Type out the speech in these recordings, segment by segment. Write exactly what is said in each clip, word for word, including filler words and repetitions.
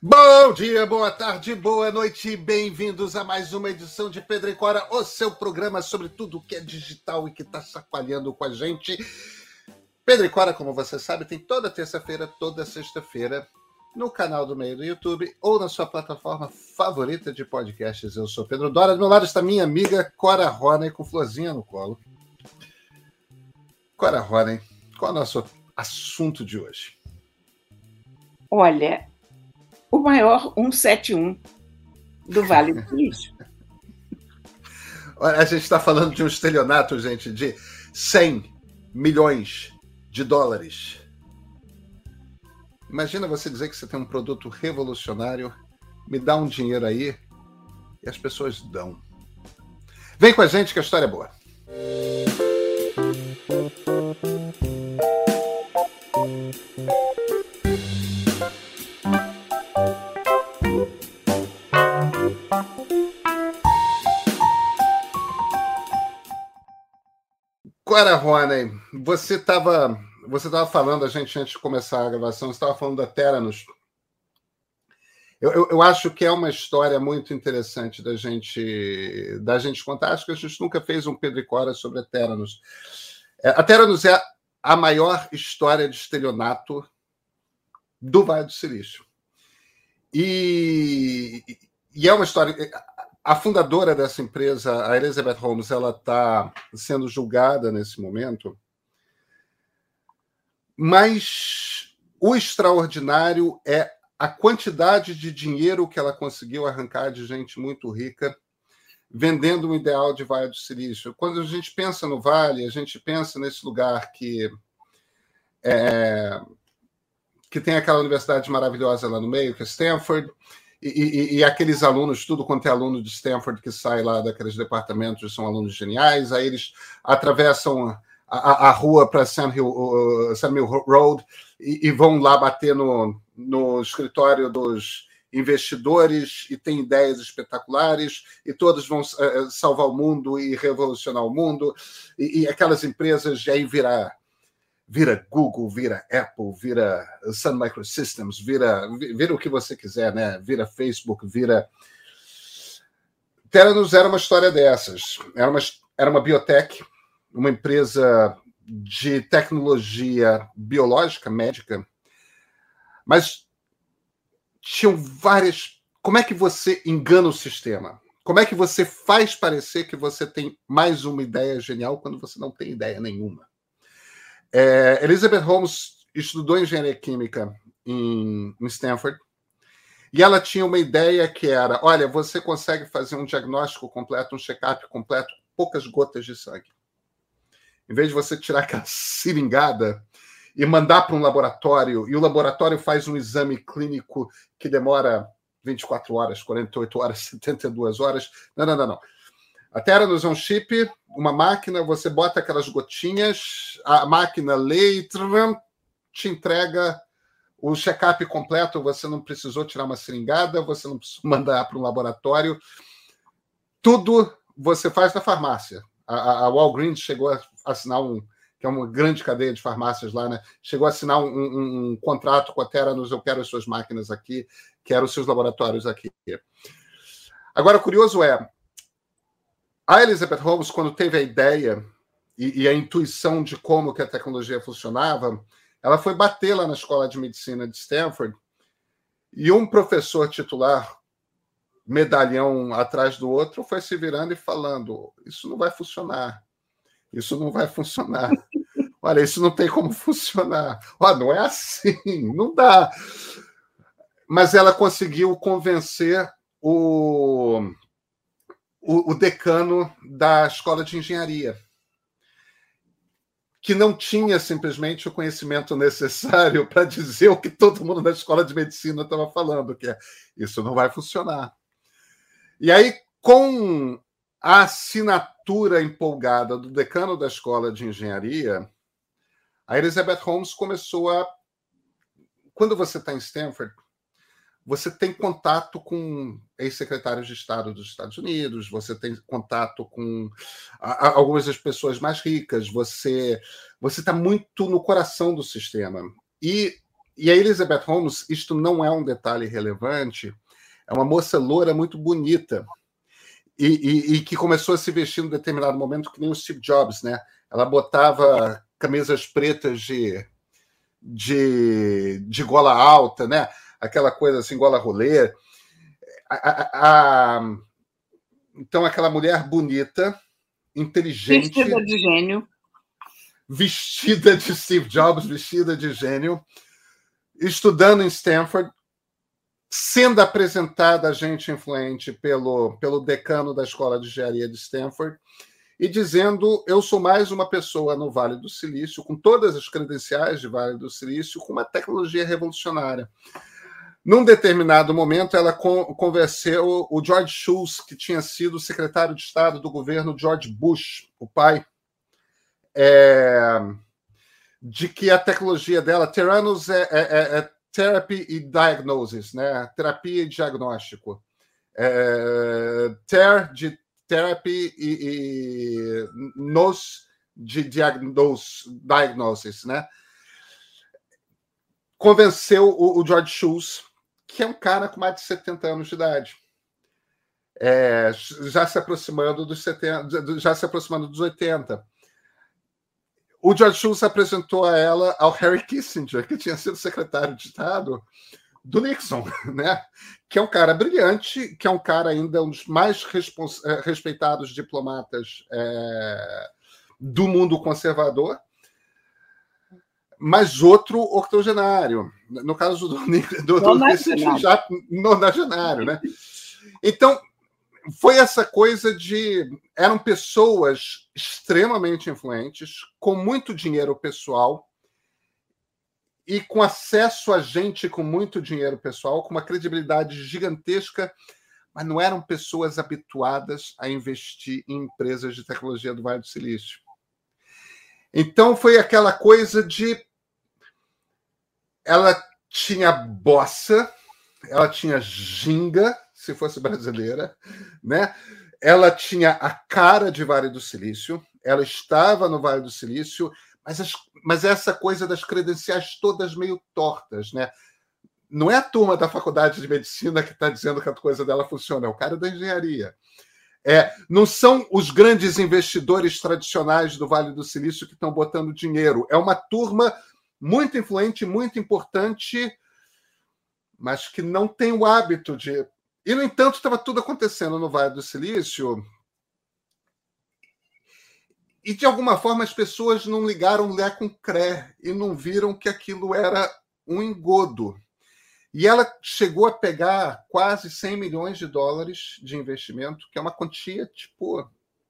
Bom dia, boa tarde, boa noite, bem-vindos a mais uma edição de Pedro e Cora, o seu programa sobre tudo que é digital e que está chacoalhando com a gente. Pedro e Cora, como você sabe, tem toda terça-feira, toda sexta-feira, no canal do Meio do YouTube ou na sua plataforma favorita de podcasts. Eu sou Pedro Dória, do meu lado está minha amiga Cora Roney, com florzinha no colo. Cora Roney, qual é o nosso assunto de hoje? Olha, o maior cento e setenta e um do Vale do Silício. Olha, a gente está falando de um estelionato, gente, de cem milhões de dólares. Imagina você dizer que você tem um produto revolucionário, me dá um dinheiro aí, e as pessoas dão. Vem com a gente que a história é boa. Cora Roney, você estava você tava falando, a gente, antes de começar a gravação, você estava falando da Theranos. Eu, eu, eu acho que é uma história muito interessante da gente, da gente contar. Acho que a gente nunca fez um Pedro e Cora sobre a Theranos. A Theranos é a maior história de estelionato do Vale do Silício. E, e é uma história... A fundadora dessa empresa, a Elizabeth Holmes, ela está sendo julgada nesse momento, mas o extraordinário é a quantidade de dinheiro que ela conseguiu arrancar de gente muito rica vendendo um ideal de Vale do Silício. Quando a gente pensa no Vale, a gente pensa nesse lugar que, é, que tem aquela universidade maravilhosa lá no meio, que é Stanford, E, e, e aqueles alunos, tudo quanto é aluno de Stanford que sai lá daqueles departamentos, são alunos geniais, aí eles atravessam a, a, a rua para Sand Hill, uh, Sand Mill Road e, e vão lá bater no, no escritório dos investidores e tem ideias espetaculares e todos vão uh, salvar o mundo e revolucionar o mundo e, e aquelas empresas aí virar... Vira Google, vira Apple, vira Sun Microsystems, vira, vira o que você quiser, né? Vira Facebook, vira... Theranos era uma história dessas. Era uma, era uma biotech, uma empresa de tecnologia biológica, médica, mas tinham várias... Como é que você engana o sistema? Como é que você faz parecer que você tem mais uma ideia genial quando você não tem ideia nenhuma? É, Elizabeth Holmes estudou engenharia química em, em Stanford e ela tinha uma ideia que era, olha, você consegue fazer um diagnóstico completo, um check-up completo, poucas gotas de sangue. Em vez de você tirar aquela seringada e mandar para um laboratório, e o laboratório faz um exame clínico que demora vinte e quatro horas, quarenta e oito horas, setenta e duas horas. Não, não, não, não. A Theranos é um chip, uma máquina, você bota aquelas gotinhas, a máquina lê e te entrega o check-up completo, você não precisou tirar uma seringada, você não precisou mandar para um laboratório. Tudo você faz na farmácia. A, a Walgreens chegou a assinar um, que é uma grande cadeia de farmácias lá, né? Chegou a assinar um, um, um contrato com a Theranos, eu quero as suas máquinas aqui, quero os seus laboratórios aqui. Agora, o curioso é, a Elizabeth Holmes, quando teve a ideia e, e a intuição de como que a tecnologia funcionava, ela foi bater lá na escola de medicina de Stanford e um professor titular, medalhão atrás do outro, foi se virando e falando, isso não vai funcionar, isso não vai funcionar. Olha, isso não tem como funcionar. Olha, não é assim, não dá. Mas ela conseguiu convencer o... O, o decano da escola de engenharia, que não tinha simplesmente o conhecimento necessário para dizer o que todo mundo na escola de medicina estava falando, que é isso não vai funcionar. E aí, com a assinatura empolgada do decano da escola de engenharia, a Elizabeth Holmes começou a... Quando você está em Stanford, você tem contato com ex-secretários de Estado dos Estados Unidos, você tem contato com a, a, algumas das pessoas mais ricas, você você está muito no coração do sistema. E e a Elizabeth Holmes, isto não é um detalhe relevante, é uma moça loura muito bonita, e, e, e que começou a se vestir em determinado momento que nem o Steve Jobs, né? Ela botava camisas pretas de, de, de gola alta, né? Aquela coisa assim, gola rolê. A, a, a, então, aquela mulher bonita, inteligente... Vestida de gênio. Vestida de Steve Jobs, vestida de gênio, estudando em Stanford, sendo apresentada a gente influente pelo, pelo decano da Escola de Engenharia de Stanford, e dizendo, eu sou mais uma pessoa no Vale do Silício, com todas as credenciais de Vale do Silício, com uma tecnologia revolucionária. Num determinado momento, ela convenceu o George Shultz, que tinha sido secretário de Estado do governo George Bush, o pai, é, de que a tecnologia dela, Theranos é, é, é Therapy e Diagnosis, né? Terapia e diagnóstico. É, ter de Therapy e, e nos de diagnos, Diagnosis, né? Convenceu o, o George Shultz, que é um cara com mais de setenta anos de idade, é, já se aproximando dos setenta, já se aproximando dos oitenta. O George Shultz apresentou a ela ao Harry Kissinger, que tinha sido secretário de Estado do Nixon, né? Que é um cara brilhante, que é um cara ainda um dos mais respeitados diplomatas é, do mundo conservador, mas outro octogenário. No caso do, do, do Kissinger, já nonagenário, né? Então, foi essa coisa de... Eram pessoas extremamente influentes, com muito dinheiro pessoal e com acesso a gente com muito dinheiro pessoal, com uma credibilidade gigantesca, mas não eram pessoas habituadas a investir em empresas de tecnologia do Vale do Silício. Então, foi aquela coisa de... Ela tinha bossa, ela tinha ginga, se fosse brasileira, né? Ela tinha a cara de Vale do Silício, ela estava no Vale do Silício, mas, as, mas essa coisa das credenciais todas meio tortas, né? Não é a turma da faculdade de medicina que está dizendo que a coisa dela funciona, é o cara da engenharia. É, não são os grandes investidores tradicionais do Vale do Silício que estão botando dinheiro, é uma turma muito influente, muito importante, mas que não tem o hábito de... E, no entanto, estava tudo acontecendo no Vale do Silício e, de alguma forma, as pessoas não ligaram Lé com Cré e não viram que aquilo era um engodo. E ela chegou a pegar quase cem milhões de dólares de investimento, que é uma quantia, tipo,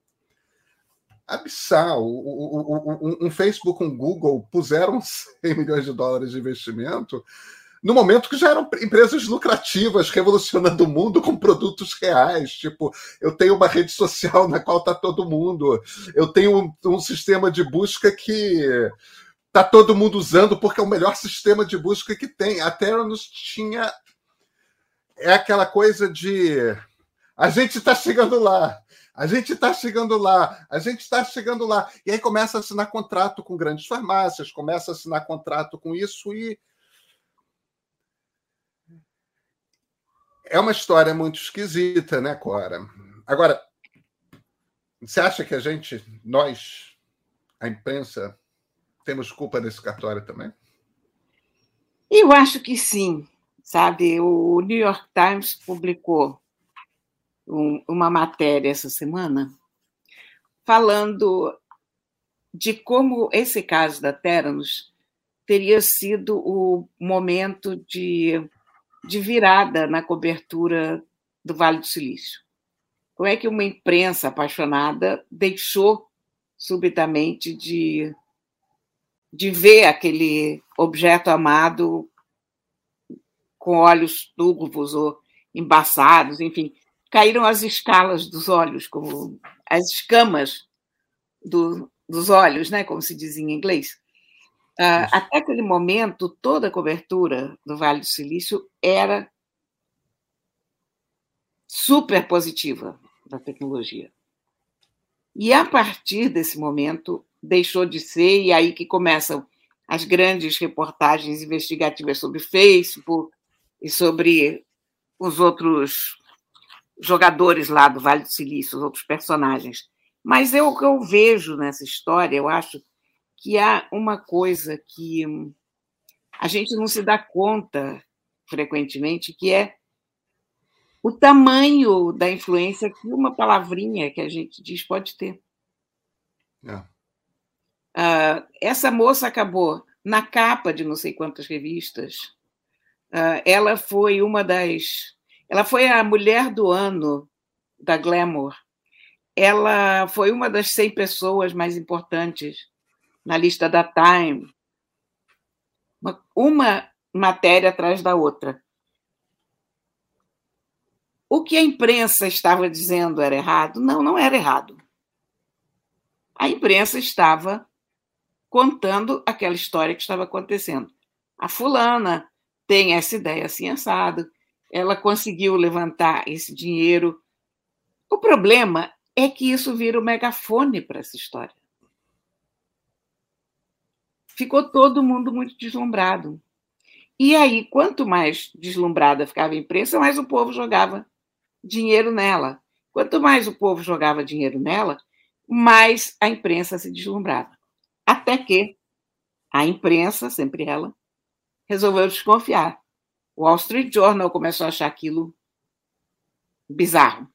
abissal. O, o, o, um Facebook, um Google puseram cem milhões de dólares de investimento no momento que já eram empresas lucrativas, revolucionando o mundo com produtos reais. Tipo, eu tenho uma rede social na qual está todo mundo. Eu tenho um, um sistema de busca que está todo mundo usando porque é o melhor sistema de busca que tem. A Theranos tinha... É aquela coisa de... A gente está chegando lá. A gente está chegando lá. A gente está chegando lá. E aí começa a assinar contrato com grandes farmácias, começa a assinar contrato com isso e... É uma história muito esquisita, né, Cora? Agora, você acha que a gente, nós, a imprensa, temos culpa nesse cartório também? Eu acho que sim, sabe? O New York Times publicou um, uma matéria essa semana falando de como esse caso da Theranos teria sido o momento de... de virada na cobertura do Vale do Silício. Como é que uma imprensa apaixonada deixou subitamente de, de ver aquele objeto amado com olhos turvos ou embaçados, enfim, caíram as escalas dos olhos, como as escamas do, dos olhos, né, como se diz em inglês. Uh, até aquele momento, toda a cobertura do Vale do Silício era super positiva da tecnologia. E, a partir desse momento, deixou de ser, e aí que começam as grandes reportagens investigativas sobre Facebook e sobre os outros jogadores lá do Vale do Silício, os outros personagens. Mas eu, o que eu vejo nessa história, eu acho que há uma coisa que a gente não se dá conta frequentemente, que é o tamanho da influência que uma palavrinha que a gente diz pode ter. É. Uh, essa moça acabou na capa de não sei quantas revistas. Uh, ela foi uma das... Ela foi a mulher do ano da Glamour. Ela foi uma das cem pessoas mais importantes na lista da Time. Uma, uma matéria atrás da outra. O que a imprensa estava dizendo era errado? Não, não era errado. A imprensa estava contando aquela história que estava acontecendo. A fulana tem essa ideia assim assado, ela conseguiu levantar esse dinheiro. O problema é que isso vira o megafone para essa história. Ficou todo mundo muito deslumbrado. E aí, quanto mais deslumbrada ficava a imprensa, mais o povo jogava dinheiro nela. Quanto mais o povo jogava dinheiro nela, mais a imprensa se deslumbrava. Até que a imprensa, sempre ela, resolveu desconfiar. O Wall Street Journal começou a achar aquilo bizarro.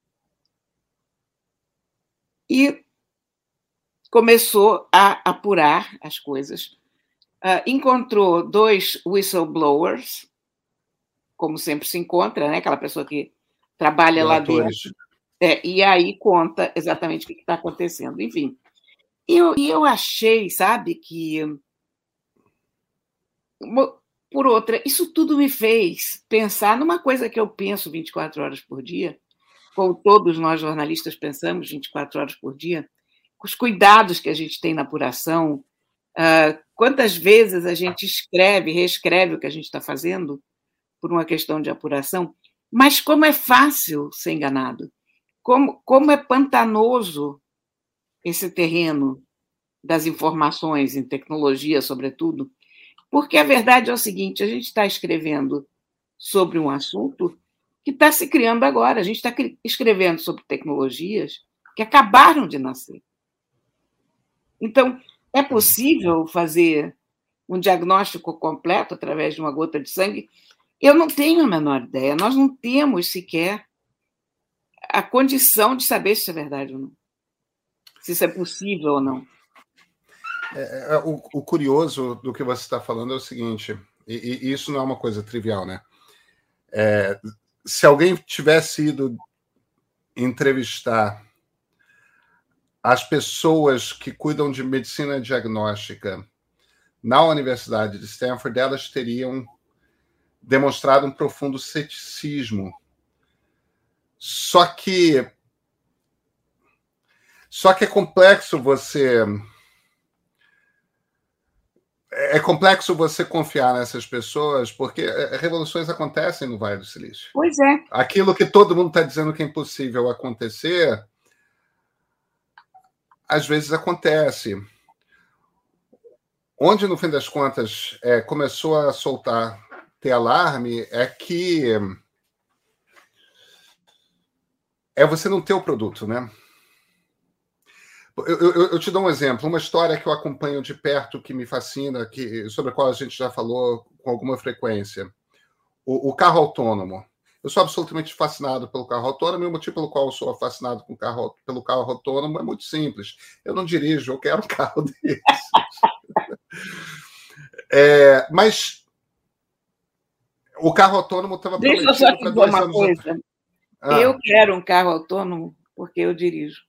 E começou a apurar as coisas. Uh, encontrou dois whistleblowers, como sempre se encontra, né? Aquela pessoa que trabalha lá dentro. É, e aí conta exatamente o que está acontecendo. Enfim, eu, eu achei, sabe, que... Por outra, isso tudo me fez pensar numa coisa que eu penso vinte e quatro horas por dia, como todos nós jornalistas pensamos vinte e quatro horas por dia, com os cuidados que a gente tem na apuração, uh, quantas vezes a gente escreve, reescreve o que a gente está fazendo por uma questão de apuração, mas como é fácil ser enganado, como, como é pantanoso esse terreno das informações em tecnologia, sobretudo, porque a verdade é o seguinte, a gente está escrevendo sobre um assunto que está se criando agora, a gente está escrevendo sobre tecnologias que acabaram de nascer. Então, é possível fazer um diagnóstico completo através de uma gota de sangue? Eu não tenho a menor ideia, nós não temos sequer a condição de saber se isso é verdade ou não, se isso é possível ou não. É, é, o, o curioso do que você está falando é o seguinte, e, e isso não é uma coisa trivial, né? É, se alguém tivesse ido entrevistar as pessoas que cuidam de medicina diagnóstica na Universidade de Stanford, elas teriam demonstrado um profundo ceticismo. Só que, só que é complexo você... É complexo você confiar nessas pessoas, porque revoluções acontecem no Vale do Silício. Pois é. Aquilo que todo mundo está dizendo que é impossível acontecer, às vezes acontece. Onde, no fim das contas, é, começou a soltar, ter alarme, é que é você não ter o produto, né? Eu, eu, eu te dou um exemplo, uma história que eu acompanho de perto, que me fascina, que, sobre a qual a gente já falou com alguma frequência. O, o carro autônomo. Eu sou absolutamente fascinado pelo carro autônomo, e o motivo pelo qual eu sou fascinado com carro, pelo carro autônomo é muito simples. Eu não dirijo, eu quero um carro desses. É, mas o carro autônomo estava prometido para dois anos atrás. Ah. Eu quero um carro autônomo porque eu dirijo.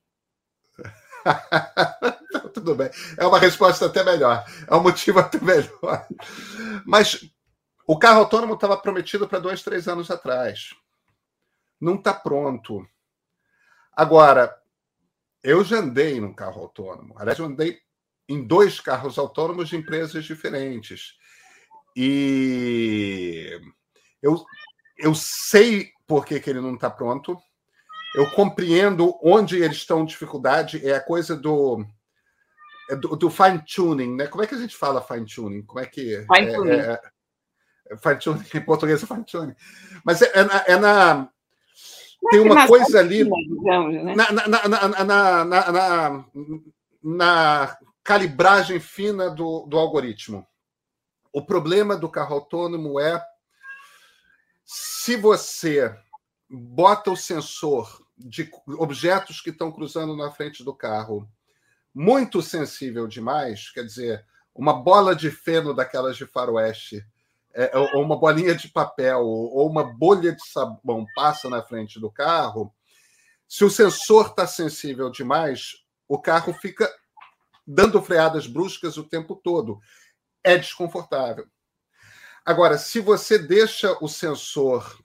Tudo bem. É uma resposta até melhor. É um motivo até melhor. Mas o carro autônomo estava prometido para dois, três anos atrás. Não está pronto. Agora, eu já andei num carro autônomo. Aliás, eu andei em dois carros autônomos de empresas diferentes. E eu, eu sei por que, que ele não está pronto. Eu compreendo onde eles estão em dificuldade. É a coisa do... é do, do fine-tuning, né? Como é que a gente fala fine-tuning? Como é que... Fine-tuning. É, é, fine-tuning, em português é fine-tuning. Mas é, é na... É na tem uma coisa ali... Digamos, né? na, na, na, na, na, na, na, na calibragem fina do, do algoritmo. O problema do carro autônomo é se você bota o sensor de objetos que estão cruzando na frente do carro muito sensível demais, quer dizer, uma bola de feno daquelas de faroeste, é, ou uma bolinha de papel, ou uma bolha de sabão passa na frente do carro, se o sensor está sensível demais, o carro fica dando freadas bruscas o tempo todo. É desconfortável. Agora, se você deixa o sensor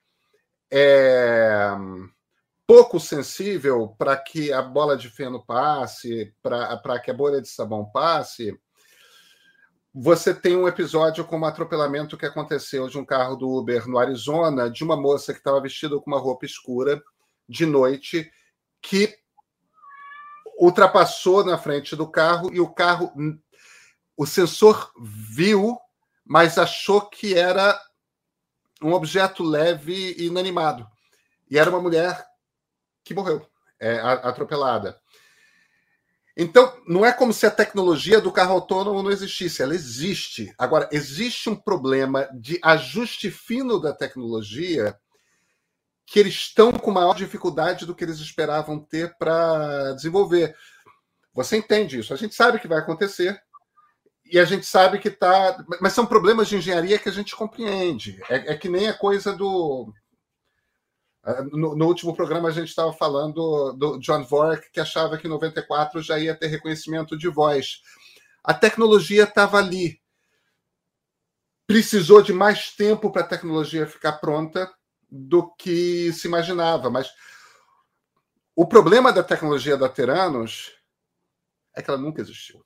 é, pouco sensível para que a bola de feno passe, para que a bolha de sabão passe, você tem um episódio como um atropelamento que aconteceu de um carro do Uber no Arizona, de uma moça que estava vestida com uma roupa escura de noite, que ultrapassou na frente do carro e o carro, o sensor viu, mas achou que era um objeto leve e inanimado. E era uma mulher que morreu, é, atropelada. Então, não é como se a tecnologia do carro autônomo não existisse, ela existe. Agora, existe um problema de ajuste fino da tecnologia que eles estão com maior dificuldade do que eles esperavam ter para desenvolver. Você entende isso, a gente sabe que vai acontecer, e a gente sabe que está... Mas são problemas de engenharia que a gente compreende. É, é que nem a coisa do... No, no último programa a gente estava falando do John Voight, que achava que em noventa e quatro já ia ter reconhecimento de voz. A tecnologia estava ali. Precisou de mais tempo para a tecnologia ficar pronta do que se imaginava. Mas o problema da tecnologia da Theranos é que ela nunca existiu.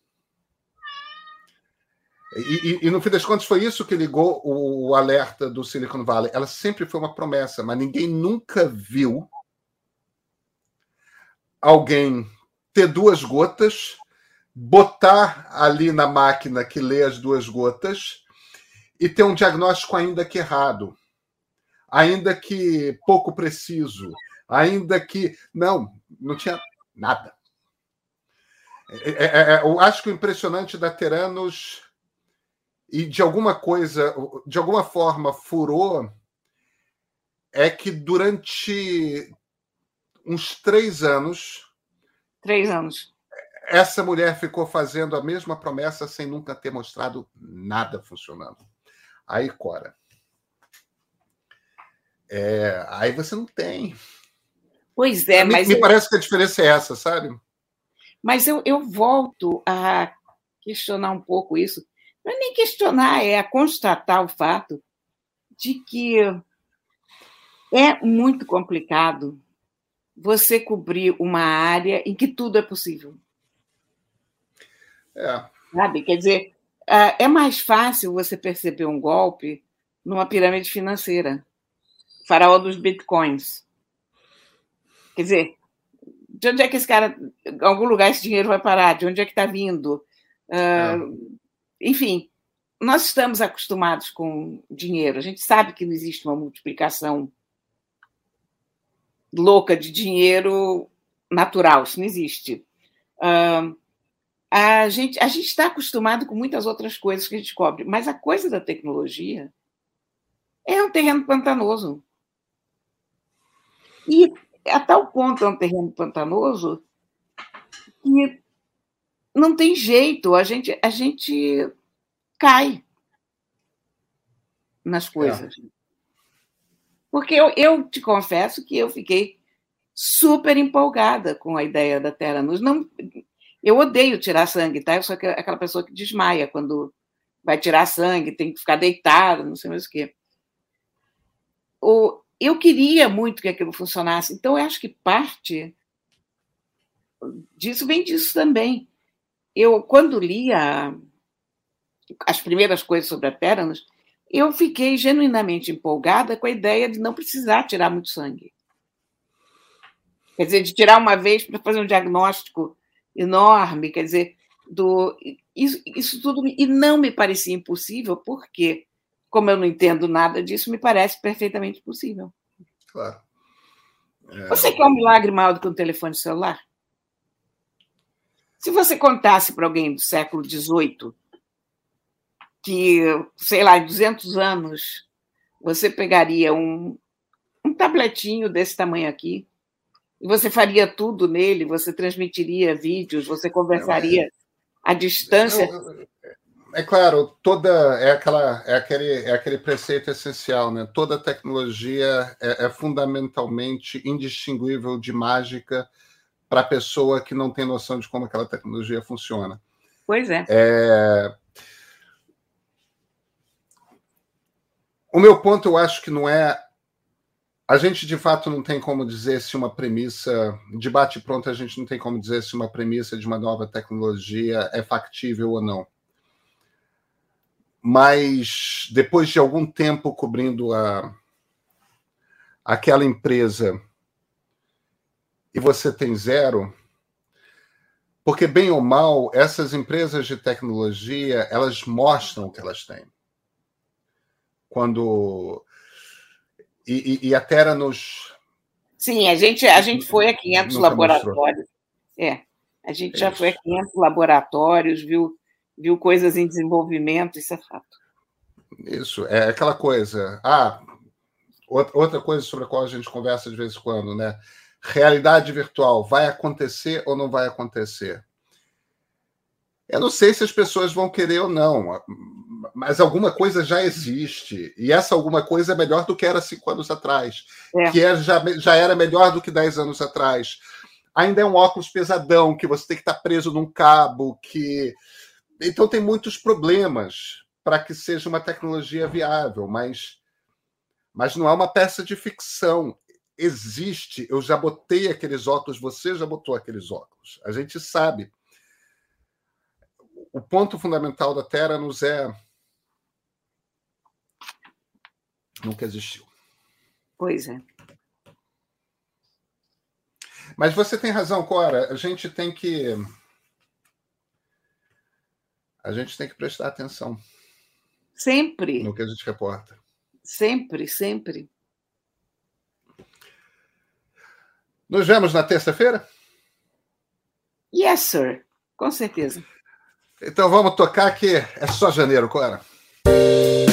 E, e, e, no fim das contas, foi isso que ligou o, o alerta do Silicon Valley. Ela sempre foi uma promessa, mas ninguém nunca viu alguém ter duas gotas, botar ali na máquina que lê as duas gotas e ter um diagnóstico ainda que errado, ainda que pouco preciso, ainda que... Não, não tinha nada. É, é, é, eu acho que o impressionante da Theranos... e de alguma coisa, de alguma forma, furou, é que durante uns três anos... Três anos. Essa mulher ficou fazendo a mesma promessa sem nunca ter mostrado nada funcionando. Aí, Cora, é, aí você não tem. Pois é, me, mas... Me eu... parece que a diferença é essa, sabe? Mas eu, eu volto a questionar um pouco isso. Não é nem questionar, é constatar o fato de que é muito complicado você cobrir uma área em que tudo é possível. É. Sabe? Quer dizer, é mais fácil você perceber um golpe numa pirâmide financeira, faraó dos bitcoins. Quer dizer, de onde é que esse cara, em algum lugar esse dinheiro vai parar? De onde é que está vindo? É. Uh, enfim, nós estamos acostumados com dinheiro. A gente sabe que não existe uma multiplicação louca de dinheiro natural. Isso não existe. Uh, a gente a gente está acostumado com muitas outras coisas que a gente descobre, mas a coisa da tecnologia é um terreno pantanoso. E a tal ponto é um terreno pantanoso que não tem jeito. A gente, a gente cai nas coisas. É. Porque eu, eu te confesso que eu fiquei super empolgada com a ideia da Theranos. Não, eu odeio tirar sangue, tá? Eu sou aquela pessoa que desmaia quando vai tirar sangue, tem que ficar deitado, não sei mais o quê. O, eu queria muito que aquilo funcionasse, então eu acho que parte disso vem disso também. Eu, quando li a, as primeiras coisas sobre a Theranos, eu fiquei genuinamente empolgada com a ideia de não precisar tirar muito sangue. Quer dizer, de tirar uma vez para fazer um diagnóstico enorme, quer dizer, do isso, isso tudo, e não me parecia impossível, porque, como eu não entendo nada disso, me parece perfeitamente possível. Claro. É... Você quer um milagre maior do que um telefone celular? Se você contasse para alguém do século dezoito que, sei lá, em duzentos anos, você pegaria um, um tabletinho desse tamanho aqui, e você faria tudo nele, você transmitiria vídeos, você conversaria à distância. Não, é claro, toda é aquela é aquele é aquele preceito essencial, né? Toda tecnologia é, é fundamentalmente indistinguível de mágica para a pessoa que não tem noção de como aquela tecnologia funciona. Pois é. é. O meu ponto, eu acho que não é... A gente, de fato, não tem como dizer se uma premissa... De bate-pronto, a gente não tem como dizer se uma premissa de uma nova tecnologia é factível ou não. Mas, depois de algum tempo cobrindo a, aquela empresa e você tem zero... Porque, bem ou mal, essas empresas de tecnologia, elas mostram o que elas têm. Quando... E, e, e a Terra nos... Sim, a gente, a gente foi a quinhentos laboratórios. É, a gente é já isso. foi a quinhentos laboratórios, viu, viu coisas em desenvolvimento, isso é fato. Isso, é aquela coisa... Ah, outra coisa sobre a qual a gente conversa de vez em quando, né? Realidade virtual, vai acontecer ou não vai acontecer? Eu não sei se as pessoas vão querer ou não, mas alguma coisa já existe, e essa alguma coisa é melhor do que era cinco anos atrás, é. que é, já, já era melhor do que dez anos atrás. Ainda é um óculos pesadão, que você tem que estar preso num cabo, que... Então tem muitos problemas para que seja uma tecnologia viável, mas, mas não é uma peça de ficção. Existe, eu já botei aqueles óculos, você já botou aqueles óculos. A gente sabe. O ponto fundamental da Terra nos é... Nunca existiu. Pois é. Mas você tem razão, Cora. A gente tem que... A gente tem que prestar atenção. Sempre. No que a gente reporta. Sempre, sempre. Nos vemos na terça-feira? Yes, sir. Com certeza. Então vamos tocar que é só janeiro, Cora.